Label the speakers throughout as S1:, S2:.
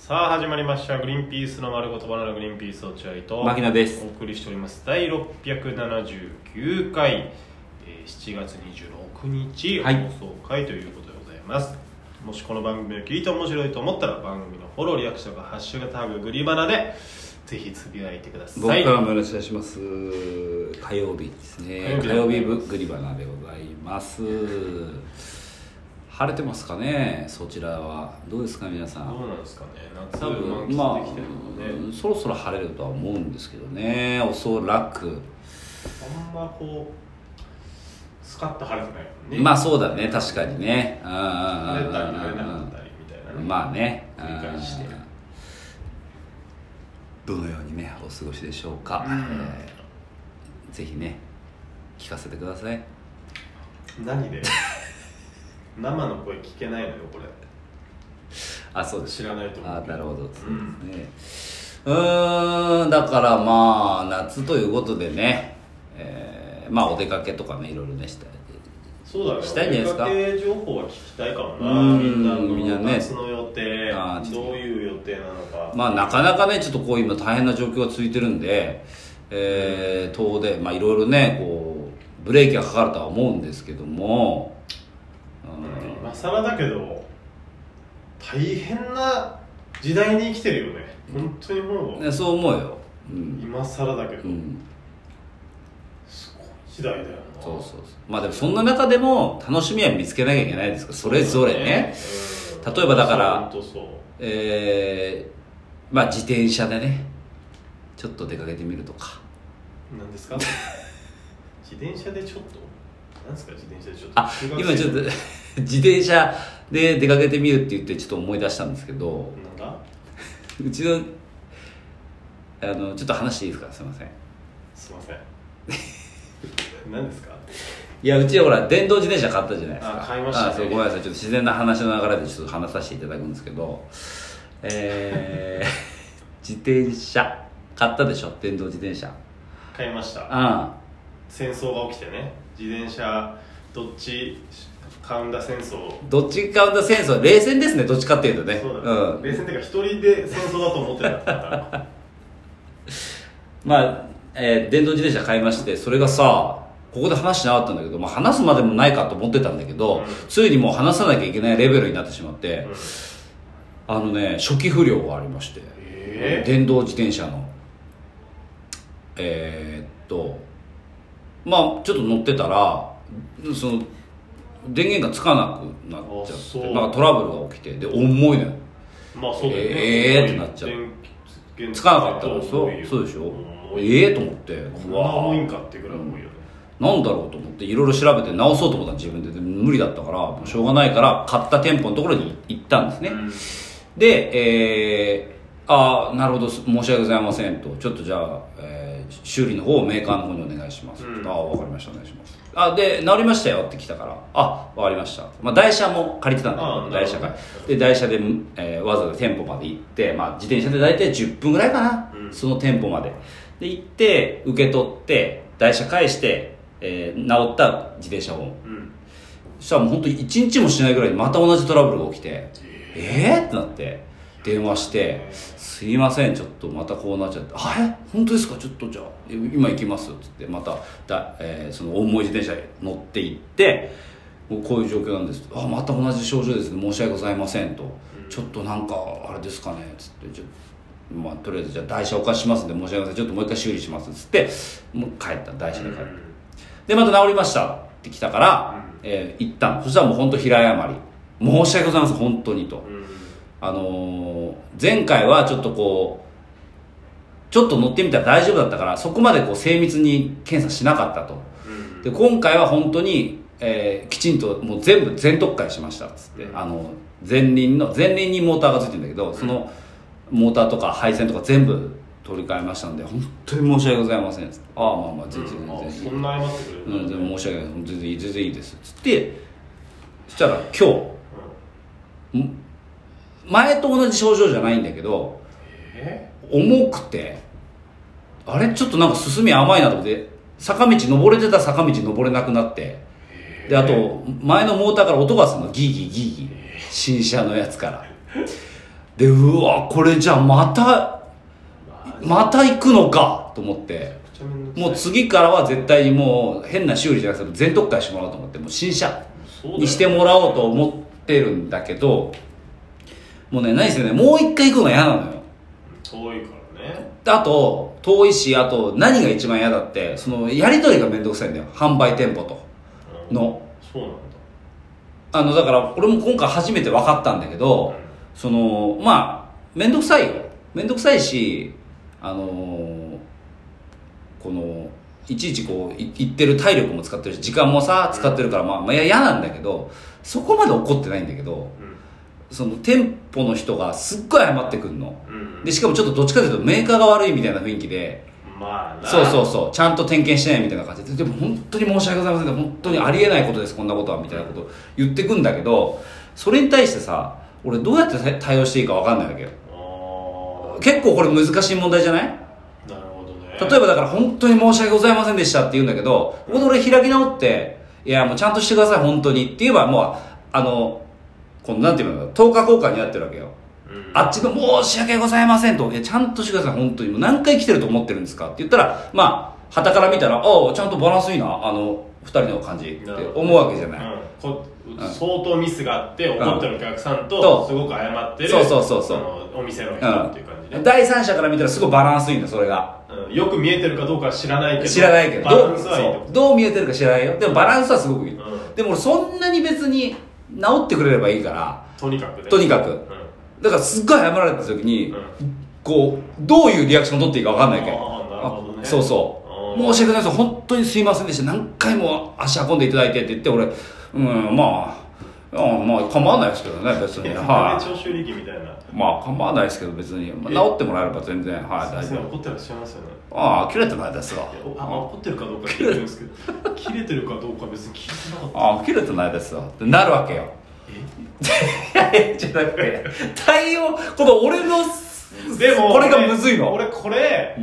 S1: さあ始まりましたグリーンピースの丸ごとバナナグリーンピース落合と
S2: 牧野です
S1: お送りしております第679回、7月26日
S2: はい
S1: 放送回ということでございます、もしこの番組を聞いて面白いと思ったら番組のフォローリアクションがハッシュタググリバナでぜひつぶやいてください。
S2: 僕からもよろしくお願いします。火曜日ですね。火曜日グリバナでございます。晴れてますかね、そちらは。どうですか皆さん。
S1: どうなんですかね、夏
S2: 多
S1: 満
S2: 分ま
S1: 喫できてるので、
S2: あそろそろ晴れるとは思うんですけどね、おそらく。
S1: あんまこうスカッと晴れてないもんね。
S2: まあそうだね、確かにね。
S1: 晴れたり晴れなかったりみたいなね。
S2: まあね、
S1: 繰り返して
S2: どのようにねお過ごしでしょうか、ぜひね聞かせてください。
S1: 何で生の声聞けないのよこれ。
S2: あ、そうです。
S1: 知らないと思う。
S2: あ、なるほど、そうですね。だからまあ夏ということでね、まあお出かけとかねいろいろねしたい。
S1: そうだね、
S2: したいんじゃないですか。
S1: お出かけ情報は聞きたいかもな。みんなの
S2: ね、
S1: 夏の予定、どういう予定なのか。
S2: まあなかなかねちょっとこう今大変な状況が続いてるんで、遠出まあいろいろねこうブレーキがかかるとは思うんですけども、
S1: 今更だけど大変な時代に生きてるよね。本当にもう、
S2: そう思うよ、
S1: 今更だけど、すごい時代だよな。
S2: そうまあでもそんな中でも楽しみは見つけなきゃいけないですから、それぞれね。例えばだからまあ自転車でねちょっと出かけてみるとか。
S1: 何ですか自転車でちょっと何ですか自転車でちょっと。
S2: あ、今ちょっと自転車で出かけてみるって言ってちょっと思い出したんですけど、
S1: なんだ
S2: うちのちょっと話していいですか。すいません。
S1: すいません何ですか。
S2: いやうちはほら電動自転車買ったじゃないですか。
S1: 買いましたね。
S2: そう、ごめんなさい、ちょっと自然な話の流れでちょっと話させていただくんですけど、自転車買ったでしょ、電動自転車。
S1: 買いました。戦争が起きてね、自転車どっち買うんだ戦争。
S2: どっち買うんだ戦争、冷戦ですね、どっちかっていうとね。
S1: そうだね、冷戦っていうか一人で戦争だと思ってた
S2: まあ、電動自転車買いまして、それがさここで話しなかったんだけど、まあ、話すまでもないかと思ってたんだけど、ついにもう話さなきゃいけないレベルになってしまって、初期不良がありまして、電動自転車のまあちょっと乗ってたらその電源がつかなくなっちゃって、なんかトラブルが起きて、で重いのよ。
S1: まあそうだよね、
S2: ってなっちゃってつかなかったらそうでしょ。と思って、
S1: こんな重いんかっていうぐらい重いよね。
S2: なんだろうと思っていろいろ調べて直そうと思ったの自分で。無理だったからしょうがないから買った店舗のところに行ったんですね、で、なるほど申し訳ございませんと、ちょっとじゃあ、修理の方をメーカーの方にお願いします、分かりました、お願いします。で治りましたよって来たから、分かりました。まあ、台車も借りてたんだけど、台車がで台車で、わざわざ店舗まで行って、まあ、自転車で大体10分ぐらいかな、その店舗まで行って受け取って台車返して、治った自転車を、そしたらもう本当に1日もしないぐらいにまた同じトラブルが起きて、ってなって電話して「すいませんちょっとまたこうなっちゃって」本当ですか、ちょっとじゃあ今行きます」っつってまたその重い自転車に乗って行って「もうこういう状況なんです」また同じ症状ですね、申し訳ございません」と「ちょっとなんかあれですかね」っつってまあ、とりあえずじゃあ台車お貸ししますんで申し訳ございません、ちょっともう一回修理しますっつってもう帰った、台車で帰った、でまた治りましたって来たから、行ったの。そしたらもう本当平謝り、申し訳ございません本当にと、前回はちょっとこうちょっと乗ってみたら大丈夫だったからそこまでこう精密に検査しなかったと、で今回は本当に、きちんともう全部全特化しましたっつって、前輪にモーターがついてるんだけど、そのモーターとか配線とか全部取り替えましたんで本当に申し訳ございませんっつって、まあ全然
S1: そんな謝ってくれる、
S2: 全然申し訳ない、全然いいですっつって、そしたら今日、前と同じ症状じゃないんだけど、重くてあれちょっとなんか進み甘いなと思って、坂道登れてた坂道登れなくなって、であと前のモーターから音がするの、ギーギー新車のやつからでうわこれじゃあまた行くのかと思って、もう次からは絶対にもう変な修理じゃなくて全特化してもらおうと思って、もう新車にしてもらおうと思ってるんだけど、もうね何せねもう一回行くのが嫌なのよ。
S1: 遠いからね。
S2: あと遠いし、あと何が一番嫌だってそのやり取りがめんどくさいんだよ、販売店舗との。
S1: そうなんだ。
S2: だから俺も今回初めて分かったんだけど、そのまあめんどくさいよ、めんどくさいし、このいちいちこう言ってる体力も使ってるし時間もさ使ってるから、まあ嫌なんだけど、そこまで怒ってないんだけど、その店舗の人がすっごい謝ってくんの、でしかもちょっとどっちかというとメーカーが悪いみたいな雰囲気で、
S1: まあな、
S2: そうちゃんと点検してないみたいな感じで、でも本当に申し訳ございません、本当にありえないことですこんなことはみたいなことを言ってくんだけど、それに対してさ俺どうやって対応していいか分かんないわけよ。結構これ難しい問題じゃない？
S1: なるほどね。
S2: 例えばだから本当に申し訳ございませんでしたって言うんだけど、ここで俺開き直っていやもうちゃんとしてください本当にって言えば、もうこのなんていうの10日交換になってるわけよ、あっちの申し訳ございませんと、いやちゃんとしてください本当にもう何回来てると思ってるんですかって言ったら、まあ旗から見たらああちゃんとバランスいいな2人の感じって思うわけじゃない、
S1: 相当ミスがあって怒ってるお客さんとすごく謝ってる、
S2: そう
S1: お店の人っていう感じね、
S2: 第三者から見たらすごいバランスいいんだそれが、
S1: よく見えてるかどうかは知らないけど
S2: バランスはいいどう見えてるか知らないよ、でもバランスはすごくいい、でも俺そんなに別に治ってくれればいいから、
S1: とにかく、
S2: だからすっごい謝られた時に、こうどういうリアクションを取っていいか分かんないけど、
S1: なるほどね、
S2: そう申し訳ないです本当にすいませんでした何回も足運んでいただいてって言って、俺まあ構わないですけどね別に、
S1: はい、徴収力みたいな、
S2: まあ構わないですけど別に、治ってもらえれば全然大
S1: 丈夫。怒ってらっしゃいますよね。
S2: 切れてないですわ。
S1: 怒ってるかどうか聞いてるんですけど切れてるかどうか別に聞いてなかった。
S2: 切れてないですわってなるわけよ。いやじゃなくて対応この俺の
S1: でも
S2: これがむずいの。
S1: 俺これ、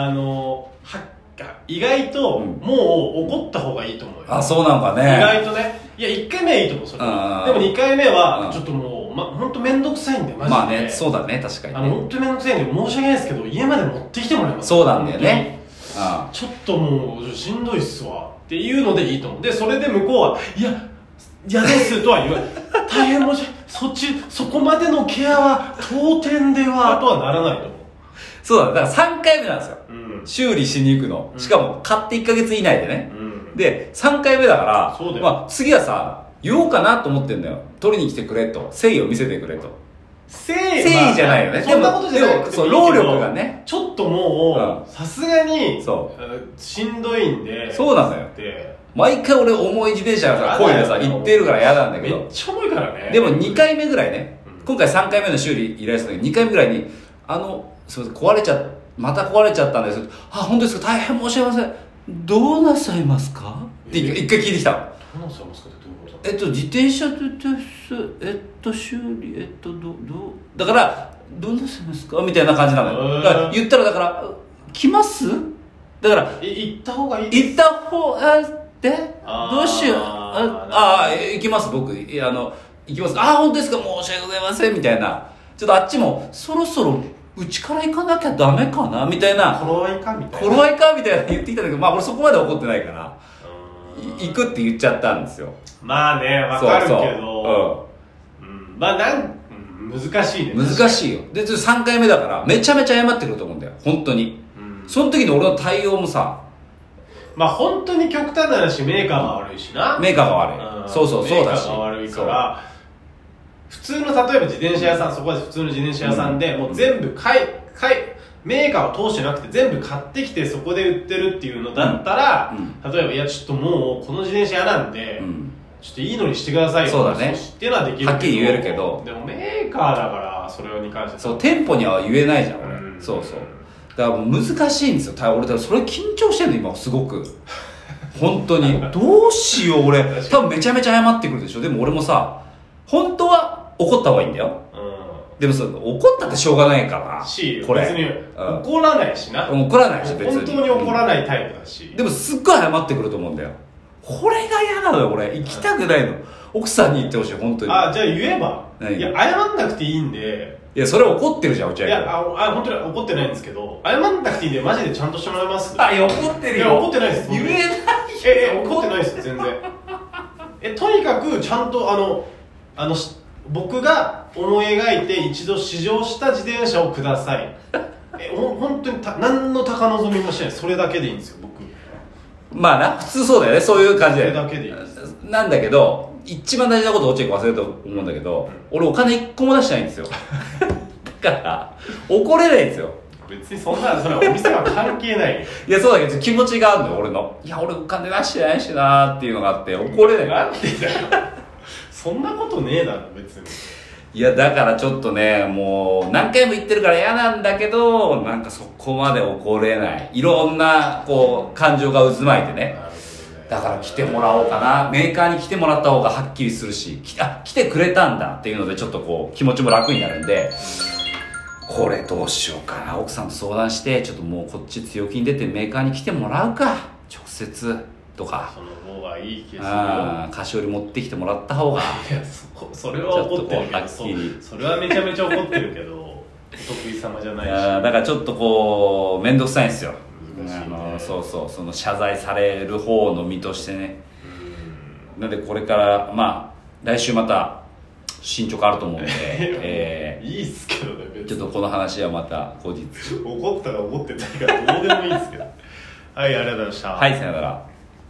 S1: 意外ともう怒った方がいいと思うよ。
S2: そうなんかね。
S1: 意外とね、いや1回目はいいと思うそれ。でも2回目はちょっともう本当面倒くさいんでマジで。
S2: まあね、そうだね確かにね。
S1: 本当に面倒くさいんで申し訳ないですけど家まで持ってきてもらいます。
S2: そうなんだよね。
S1: ちょっともうしんどいっすわっていうのでいいと思う。でそれで向こうはいや嫌ですとは言わない大変申し訳そこまでのケアは当店ではとはならないと思う。
S2: そうだから3回目なんですよ、修理しに行くの、しかも買って1ヶ月以内でね、で3回目だから次はさ言おうかなと思ってんだよ、取りに来てくれと、誠意を見せてくれと。誠意じゃないよね、
S1: そんなことじゃなくて
S2: そう労力がね
S1: ちょっともうさすがにしんどいんで。
S2: そうなのよ、毎回俺重い自転車がさ、こいでさ行ってるから嫌なんだけど、
S1: めっちゃ重いからね。
S2: でも2回目ぐらいね、今回3回目の修理依頼した時2回目ぐらいにすいませんまた壊れちゃったんです。本当ですか、大変申し訳ありません、どうなさいますかって一回聞いてきたの。
S1: どうなさいますかってどういうこと？
S2: 自転車修理だからどうなさいますかみたいな感じなのよ。だから言ったらだから来ますだから
S1: 行った方がいい。
S2: 行った方でどうしよう行きます僕行きます。本当ですか、申し訳ございませんみたいな。ちょっとあっちもそろそろうちから行かなきゃダメかなみたいな、
S1: 頃合いかみたい
S2: な言ってきたんだけど、俺そこまで怒ってないから行くって言っちゃったんですよ。
S1: まあね、わかるけど難しいね。
S2: 難しいよ。で3回目だからめちゃめちゃ謝ってくると思うんだよ本当に、その時の俺の対応もさ、
S1: 本当に極端な話メーカーが悪いしな。
S2: メーカーが悪い、そうだし
S1: メーカーが悪いから、普通の例えば自転車屋さん、そこは普通の自転車屋さんで、もう全部メーカーを通してなくて全部買ってきてそこで売ってるっていうのだったら、例えばいやちょっともうこの自転車屋なんで、ちょっといいのにしてくださいよ、
S2: そうだね
S1: っていうのはできるけど、
S2: はっきり言えるけど、
S1: でもメーカーだからそれに関して
S2: 店舗には言えないじゃん、俺。そうだからもう難しいんですよ俺。だからそれ緊張してるの今すごく本当にどうしよう俺多分めちゃめちゃ謝ってくるでしょ。でも俺もさ本当は怒った方がいいんだよ、でも怒ったってしょうがないから
S1: これ別に怒らないしな、
S2: 怒らないし別に
S1: 本当に怒らないタイプだし、
S2: でもすっごい謝ってくると思うんだよ。これが嫌なのよ俺。行きたくないの。 奥さんに言ってほしい本当に。
S1: あ、じゃあ言えば、
S2: 何？
S1: いや謝んなくていいんで。
S2: いやそれ怒ってるじゃん、うち
S1: いや本当に怒ってないんですけど、謝んなくていいんでマジでちゃんとしてもらえます？
S2: いや怒ってるよ。
S1: いや怒ってないです。
S2: 言えないよ。
S1: 怒ってないです全然。とにかくちゃんと僕が思い描いて一度試乗した自転車をください。本当に何の高望みもしない、それだけでいいんですよ僕。
S2: まあな、普通そうだよね、そういう感じで。
S1: それだけでいいです。
S2: なんだけど、一番大事なこと落合君忘れると思うんだけど、俺お金1個も出してないんですよ。だから怒れないんですよ。
S1: 別にそれはお店は関係ないよ。
S2: いやそうだけど気持ちがあるのよ俺の。いや俺お金出してないしなーっていうのがあって怒れない。
S1: なんでだよ。そんなことねえだろ別に。
S2: いやだからちょっとね、もう何回も言ってるから嫌なんだけど、なんかそこまで怒れない、いろんなこう感情が渦巻いてね。だから来てもらおうかな、メーカーに来てもらった方がはっきりするし、来てくれたんだっていうのでちょっとこう気持ちも楽になるんで、これどうしようかな、奥さんと相談してちょっともうこっち強気に出てメーカーに来てもらうか、直接とか。
S1: その方がいい気がするよ。
S2: 菓子折り持ってきてもらった方が。
S1: いやそれは怒ってるけど、それはめちゃめちゃ怒ってるけどお得意様じゃないし。
S2: だからちょっとこう面倒くさいんですよ。
S1: 難しいね。
S2: その謝罪される方の身としてね。なんでこれからまあ来週また進捗あると思うんで、
S1: いいっすけどね別に。
S2: ちょっとこの話はまた後日。
S1: 怒ったら怒ってないからどうでもいいっすけど。はい、ありがとうございました。
S2: はい、さよなら。